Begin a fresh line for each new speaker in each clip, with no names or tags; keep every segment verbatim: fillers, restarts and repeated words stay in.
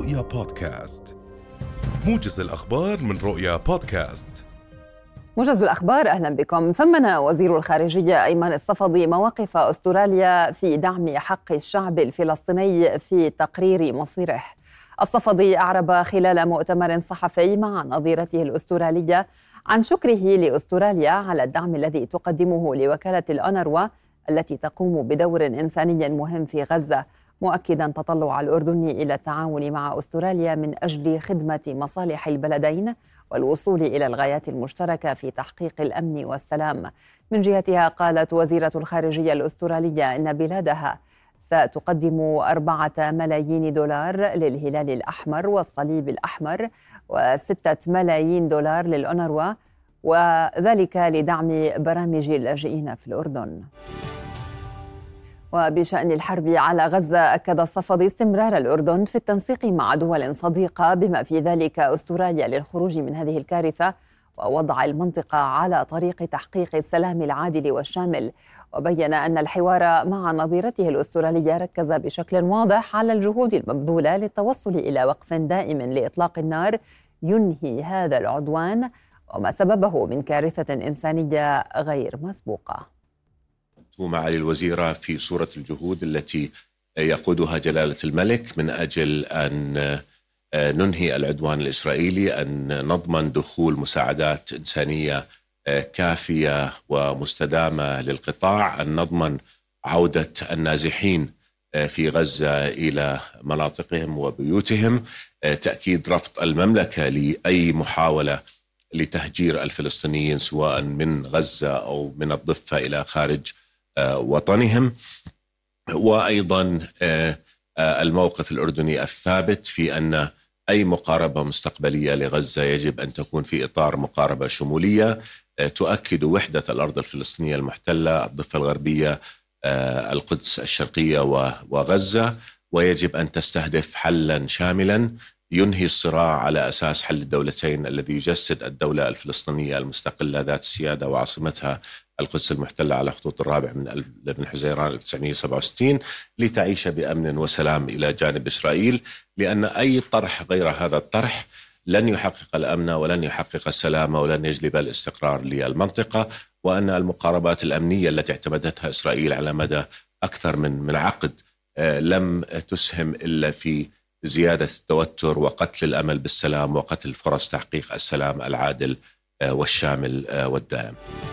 رؤيا بودكاست، موجز الأخبار من رؤيا بودكاست.
موجز الأخبار، أهلا بكم. ثمن وزير الخارجية أيمن الصفدي مواقف أستراليا في دعم حق الشعب الفلسطيني في تقرير مصيره. الصفدي أعرب خلال مؤتمر صحفي مع نظيرته الأسترالية عن شكره لأستراليا على الدعم الذي تقدمه لوكالة الأونروا التي تقوم بدور إنساني مهم في غزة، مؤكدا تطلع الأردن إلى التعاون مع أستراليا من أجل خدمة مصالح البلدين والوصول إلى الغايات المشتركة في تحقيق الأمن والسلام. من جهتها قالت وزيرة الخارجية الأسترالية إن بلادها ستقدم أربعة ملايين دولار للهلال الأحمر والصليب الأحمر وستة ملايين دولار للأونروا، وذلك لدعم برامج اللاجئين في الأردن. وبشأن الحرب على غزة، أكد الصفدي استمرار الأردن في التنسيق مع دول صديقة بما في ذلك أستراليا للخروج من هذه الكارثة ووضع المنطقة على طريق تحقيق السلام العادل والشامل. وبين أن الحوار مع نظيرته الأسترالية ركز بشكل واضح على الجهود المبذولة للتوصل إلى وقف دائم لإطلاق النار ينهي هذا العدوان وما سببه من كارثة إنسانية غير مسبوقة.
معالي الوزيرة في صورة الجهود التي يقودها جلالة الملك من أجل أن ننهي العدوان الإسرائيلي، أن نضمن دخول مساعدات إنسانية كافية ومستدامة للقطاع، أن نضمن عودة النازحين في غزة إلى مناطقهم وبيوتهم، تأكيد رفض المملكة لأي محاولة لتهجير الفلسطينيين سواء من غزة أو من الضفة إلى خارج وطنهم، وأيضا الموقف الأردني الثابت في أن أي مقاربة مستقبلية لغزة يجب أن تكون في إطار مقاربة شمولية تؤكد وحدة الأرض الفلسطينية المحتلة، الضفة الغربية، القدس الشرقية وغزة، ويجب أن تستهدف حلا شاملا ينهي الصراع على أساس حل الدولتين الذي يجسد الدولة الفلسطينية المستقلة ذات السيادة وعاصمتها القدس المحتلة على خطوط الرابع من حزيران ألف وتسعمائة وسبعة وستين لتعيش بأمن وسلام إلى جانب إسرائيل، لأن أي طرح غير هذا الطرح لن يحقق الأمن ولن يحقق السلام ولن يجلب الاستقرار للمنطقة، وأن المقاربات الأمنية التي اعتمدتها إسرائيل على مدى أكثر من من عقد لم تسهم إلا في زيادة التوتر وقتل الأمل بالسلام وقتل فرص تحقيق السلام العادل والشامل والدائم.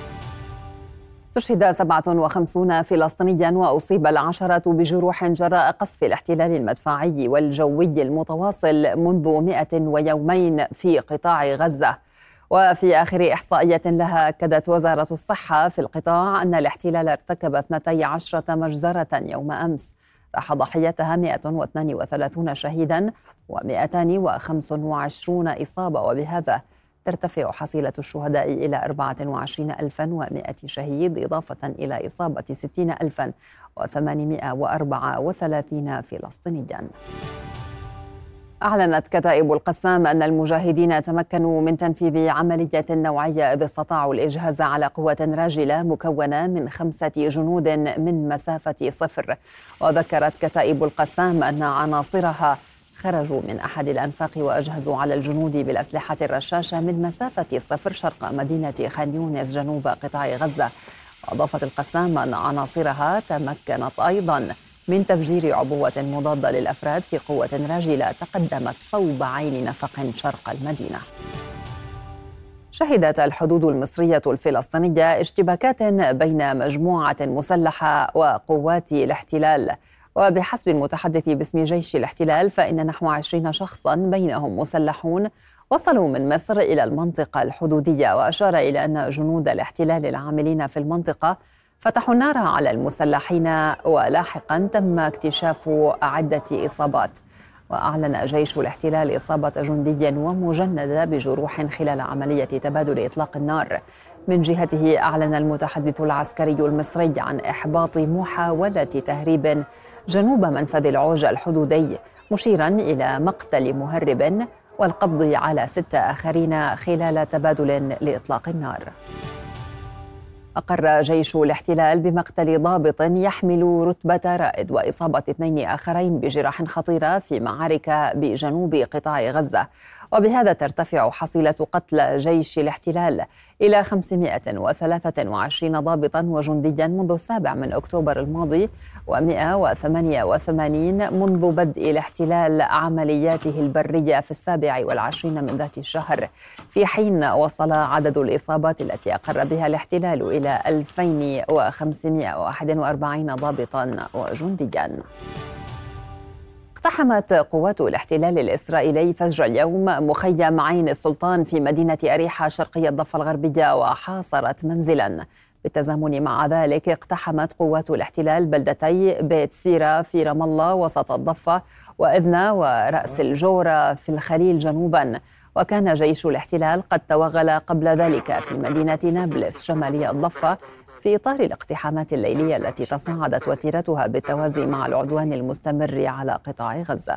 استشهد سبعة وخمسين فلسطينيا وأصيب العشرة بجروح جراء قصف الاحتلال المدفعي والجوي المتواصل منذ مئة ويومين في قطاع غزة. وفي آخر إحصائية لها أكدت وزارة الصحة في القطاع أن الاحتلال ارتكب اثنتي عشرة مجزرة يوم أمس راح ضحيتها مئة واثنين وثلاثين شهيدا ومئتان وخمس وعشرين إصابة، وبهذا ترتفع حصيلة الشهداء إلى أربعة وعشرين ألفا ومئة شهيد، إضافة إلى إصابة ستين ألفا وثمانمئة وأربعة وثلاثين فلسطينيا. أعلنت كتائب القسام أن المجاهدين تمكنوا من تنفيذ عملية نوعية إذ استطاعوا الإجهاز على قوة راجلة مكونة من خمسة جنود من مسافة صفر. وذكرت كتائب القسام أن عناصرها خرجوا من أحد الأنفاق وأجهزوا على الجنود بالأسلحة الرشاشة من مسافة صفر شرق مدينة خان يونس جنوب قطاع غزة. وأضافت القسام أن عناصرها تمكنت أيضا من تفجير عبوة مضادة للأفراد في قوة راجلة تقدمت صوب عين نفق شرق المدينة. شهدت الحدود المصرية الفلسطينية اشتباكات بين مجموعة مسلحة وقوات الاحتلال. وبحسب المتحدث باسم جيش الاحتلال فإن نحو عشرين شخصا بينهم مسلحون وصلوا من مصر إلى المنطقة الحدودية. وأشار إلى أن جنود الاحتلال العاملين في المنطقة فتحوا النار على المسلحين، ولاحقا تم اكتشاف عدة إصابات. وأعلن جيش الاحتلال إصابة جندي ومجند بجروح خلال عملية تبادل إطلاق النار. من جهته أعلن المتحدث العسكري المصري عن إحباط محاولة تهريب جنوب منفذ العوج الحدودي، مشيرا إلى مقتل مهرب والقبض على ستة آخرين خلال تبادل لإطلاق النار. أقر جيش الاحتلال بمقتل ضابط يحمل رتبة رائد وإصابة اثنين آخرين بجراح خطيرة في معارك بجنوب قطاع غزة، وبهذا ترتفع حصيلة قتلى جيش الاحتلال إلى خمسمائة وثلاثة وعشرين ضابطا وجنديا منذ السابع من أكتوبر الماضي ومائة وثمانية وثمانين منذ بدء الاحتلال عملياته البرية في السابع والعشرين من ذات الشهر، في حين وصل عدد الإصابات التي أقر بها الاحتلال إلى ألفين وخمسمائة وواحد وأربعين ضابطا وجنديا. اقتحمت قوات الاحتلال الإسرائيلي فجر اليوم مخيم عين السلطان في مدينة أريحة شرقي الضفة الغربية وحاصرت منزلا. بالتزامن مع ذلك اقتحمت قوات الاحتلال بلدتي بيت سيرة في رام الله وسط الضفة وإذنة ورأس الجورة في الخليل جنوبا، وكان جيش الاحتلال قد توغل قبل ذلك في مدينة نابلس شمالي الضفة في إطار الاقتحامات الليلية التي تصاعدت وتيرتها بالتوازي مع العدوان المستمر على قطاع غزة.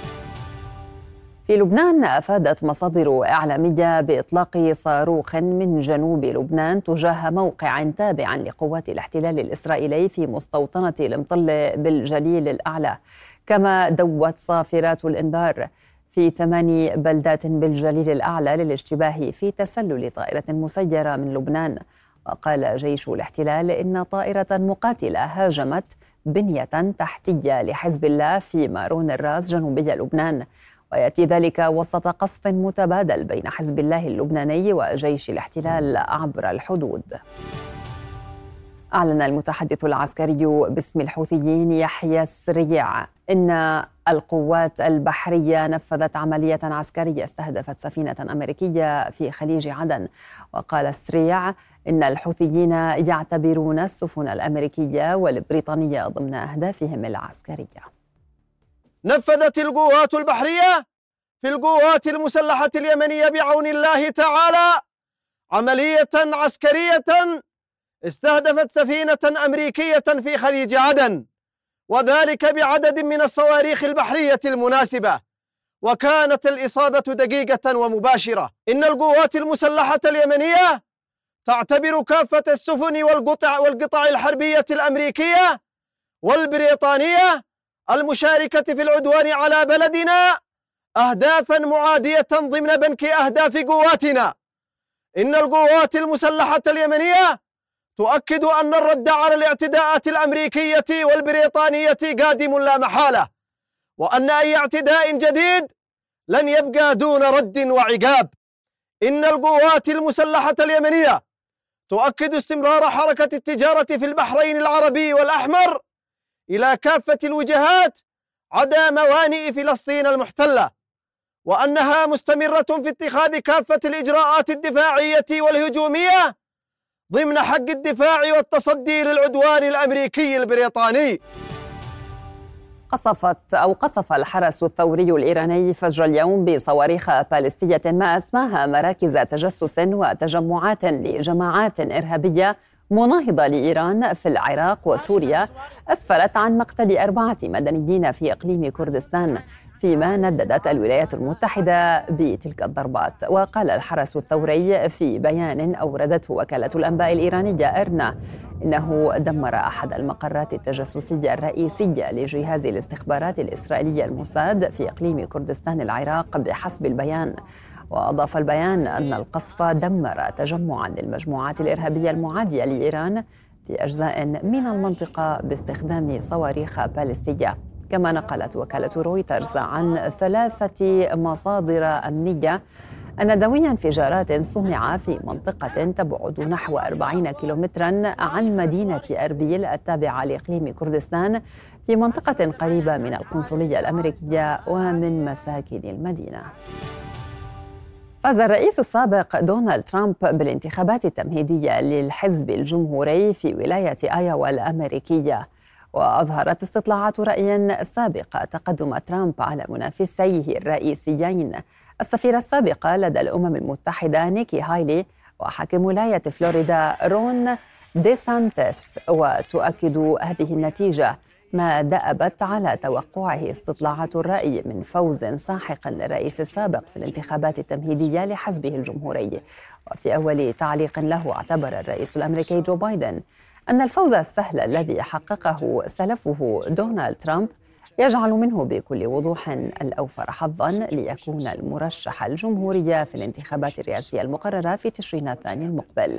في لبنان أفادت مصادر إعلامية بإطلاق صاروخ من جنوب لبنان تجاه موقع تابع لقوات الاحتلال الإسرائيلي في مستوطنة المطل بالجليل الأعلى، كما دوت صافرات الإنذار في ثماني بلدات بالجليل الأعلى للاشتباه في تسلل طائرة مسيرة من لبنان. وقال جيش الاحتلال إن طائرة مقاتلة هاجمت بنية تحتية لحزب الله في مارون الراس جنوبي لبنان، ويأتي ذلك وسط قصف متبادل بين حزب الله اللبناني وجيش الاحتلال عبر الحدود. أعلن المتحدث العسكري باسم الحوثيين يحيى السريع إن القوات البحرية نفذت عملية عسكرية استهدفت سفينة أمريكية في خليج عدن. وقال السريع إن الحوثيين يعتبرون السفن الأمريكية والبريطانية ضمن أهدافهم العسكرية.
نفذت القوات البحرية في القوات المسلحة اليمنية بعون الله تعالى عملية عسكرية استهدفت سفينة أمريكية في خليج عدن، وذلك بعدد من الصواريخ البحرية المناسبة، وكانت الإصابة دقيقة ومباشرة. إن القوات المسلحة اليمنية تعتبر كافة السفن والقطع والقطع الحربية الأمريكية والبريطانية المشاركة في العدوان على بلدنا أهدافا معادية ضمن بنك أهداف قواتنا. إن القوات المسلحة اليمنية تؤكد أن الرد على الاعتداءات الأمريكية والبريطانية قادم لا محالة، وأن أي اعتداء جديد لن يبقى دون رد وعقاب. إن القوات المسلحة اليمنية تؤكد استمرار حركة التجارة في البحرين العربي والأحمر إلى كافة الوجهات عدا موانئ فلسطين المحتلة، وأنها مستمرة في اتخاذ كافة الإجراءات الدفاعية والهجومية ضمن حق الدفاع والتصدي للعدوان الأمريكي البريطاني.
قصفت أو قصف الحرس الثوري الإيراني فجر اليوم بصواريخ باليستية ما أسماها مراكز تجسس وتجمعات لجماعات إرهابية مناهضة لإيران في العراق وسوريا، أسفرت عن مقتل أربعة مدنيين في إقليم كردستان، فيما نددت الولايات المتحدة بتلك الضربات. وقال الحرس الثوري في بيان أوردته وكالة الأنباء الإيرانية إرنا إنه دمر أحد المقرات التجسسية الرئيسية لجهاز الاستخبارات الإسرائيلي الموساد في إقليم كردستان العراق بحسب البيان. وأضاف البيان أن القصف دمر تجمعاً للمجموعات الإرهابية المعادية لإيران في أجزاء من المنطقة باستخدام صواريخ باليستية. كما نقلت وكالة رويترز عن ثلاثة مصادر أمنية أن دوي انفجارات سمع في منطقة تبعد نحو أربعين كيلومتراً عن مدينة أربيل التابعة لإقليم كردستان في منطقة قريبة من القنصلية الأمريكية ومن مساكن المدينة. فاز الرئيس السابق دونالد ترامب بالانتخابات التمهيدية للحزب الجمهوري في ولاية آيوا الأمريكية، وأظهرت استطلاعات رأي سابقة تقدم ترامب على منافسيه الرئيسيين السفيرة السابقة لدى الأمم المتحدة نيكي هايلي وحاكم ولاية فلوريدا رون دي سانتيس. وتؤكد هذه النتيجة ما دأبت على توقعه استطلاعات الرأي من فوز ساحق للرئيس السابق في الانتخابات التمهيدية لحزبه الجمهوري. وفي أول تعليق له اعتبر الرئيس الأمريكي جو بايدن أن الفوز السهل الذي حققه سلفه دونالد ترامب يجعل منه بكل وضوح الأوفر حظاً ليكون المرشح الجمهوري في الانتخابات الرئاسية المقررة في تشرين الثاني المقبل.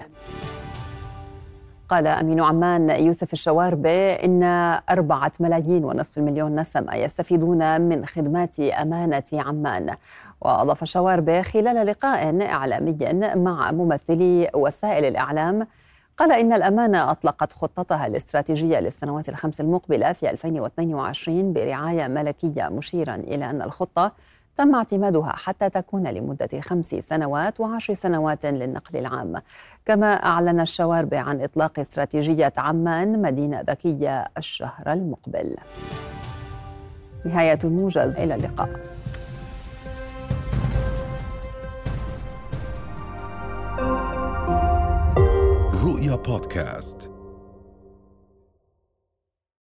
قال أمين عمان يوسف الشواربي إن أربعة ملايين ونصف المليون نسمة يستفيدون من خدمات أمانة عمان. وأضاف الشواربي خلال لقاء إعلامي مع ممثلي وسائل الإعلام، قال إن الأمانة أطلقت خطتها الاستراتيجية للسنوات الخمس المقبلة في ألفين واثنين وعشرين برعاية ملكية، مشيرا إلى أن الخطة تم اعتمادها حتى تكون لمدة خمس سنوات وعشر سنوات للنقل العام. كما أعلن الشواربي عن إطلاق استراتيجية عمان مدينة ذكية الشهر المقبل. نهاية الموجز، إلى اللقاء.
رؤيا بودكاست.